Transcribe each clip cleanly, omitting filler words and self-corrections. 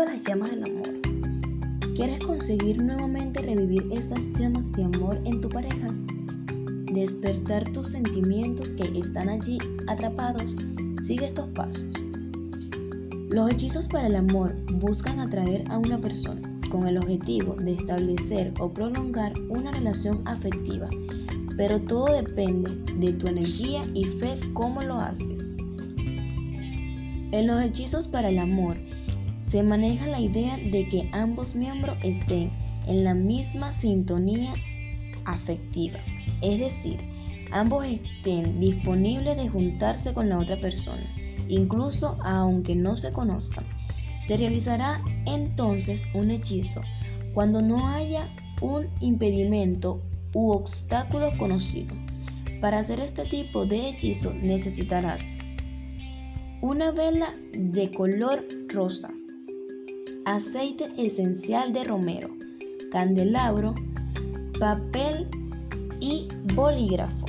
las llamas del amor. ¿Quieres conseguir nuevamente revivir esas llamas de amor en tu pareja? Despertar tus sentimientos que están allí atrapados. Sigue estos pasos. Los hechizos para el amor buscan atraer a una persona con el objetivo de establecer o prolongar una relación afectiva, pero todo depende de tu energía y fe cómo lo haces. En los hechizos para el amor se maneja la idea de que ambos miembros estén en la misma sintonía afectiva, es decir, ambos estén disponibles de juntarse con la otra persona, incluso aunque no se conozcan. Se realizará entonces un hechizo cuando no haya un impedimento u obstáculo conocido. Para hacer este tipo de hechizo necesitarás una vela de color rosa, aceite esencial de romero, candelabro, papel y bolígrafo.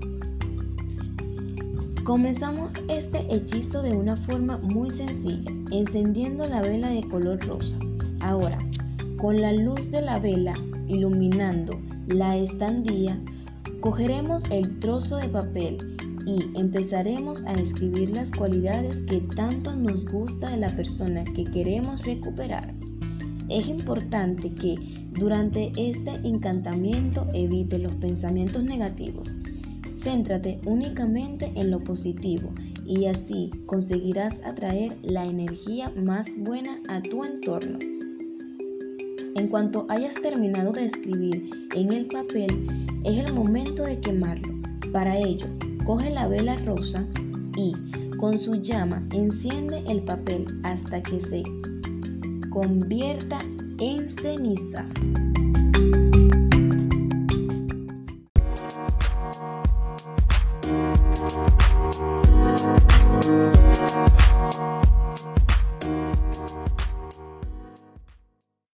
Comenzamos este hechizo de una forma muy sencilla, encendiendo la vela de color rosa. Ahora, con la luz de la vela iluminando la estandilla, cogeremos el trozo de papel y empezaremos a escribir las cualidades que tanto nos gusta de la persona que queremos recuperar. Es importante que durante este encantamiento evites los pensamientos negativos. Céntrate únicamente en lo positivo y así conseguirás atraer la energía más buena a tu entorno. En cuanto hayas terminado de escribir en el papel, es el momento de quemarlo. Para ello, coge la vela rosa y con su llama enciende el papel hasta que se convierta en ceniza.